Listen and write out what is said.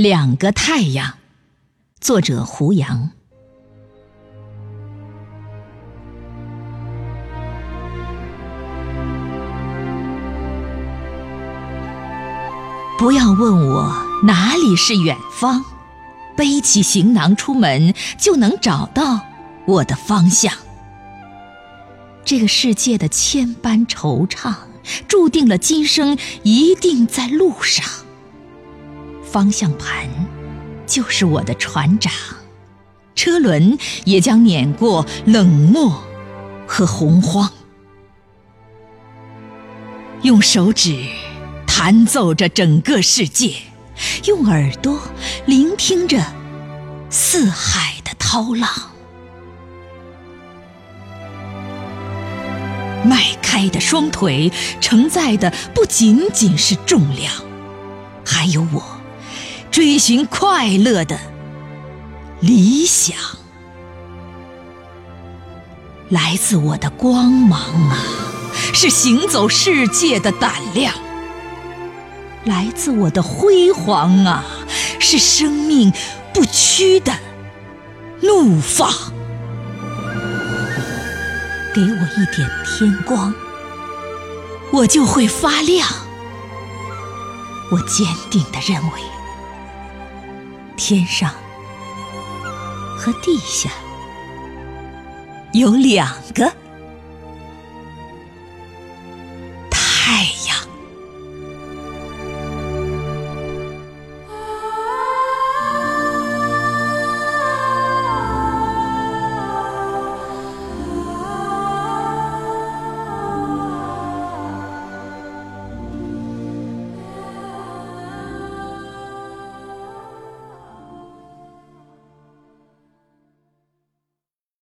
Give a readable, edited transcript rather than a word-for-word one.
两个太阳，作者胡杨。不要问我哪里是远方，背起行囊出门，就能找到我的方向。这个世界的千般惆怅，注定了今生一定在路上。方向盘就是我的船长，车轮也将碾过冷漠和洪荒。用手指弹奏着整个世界，用耳朵聆听着四海的涛浪。迈开的双腿承载的不仅仅是重量，还有我追寻快乐的理想。来自我的光芒啊，是行走世界的胆量；来自我的辉煌啊，是生命不屈的怒放。给我一点天光，我就会发亮。我坚定地认为，天上和地下有两个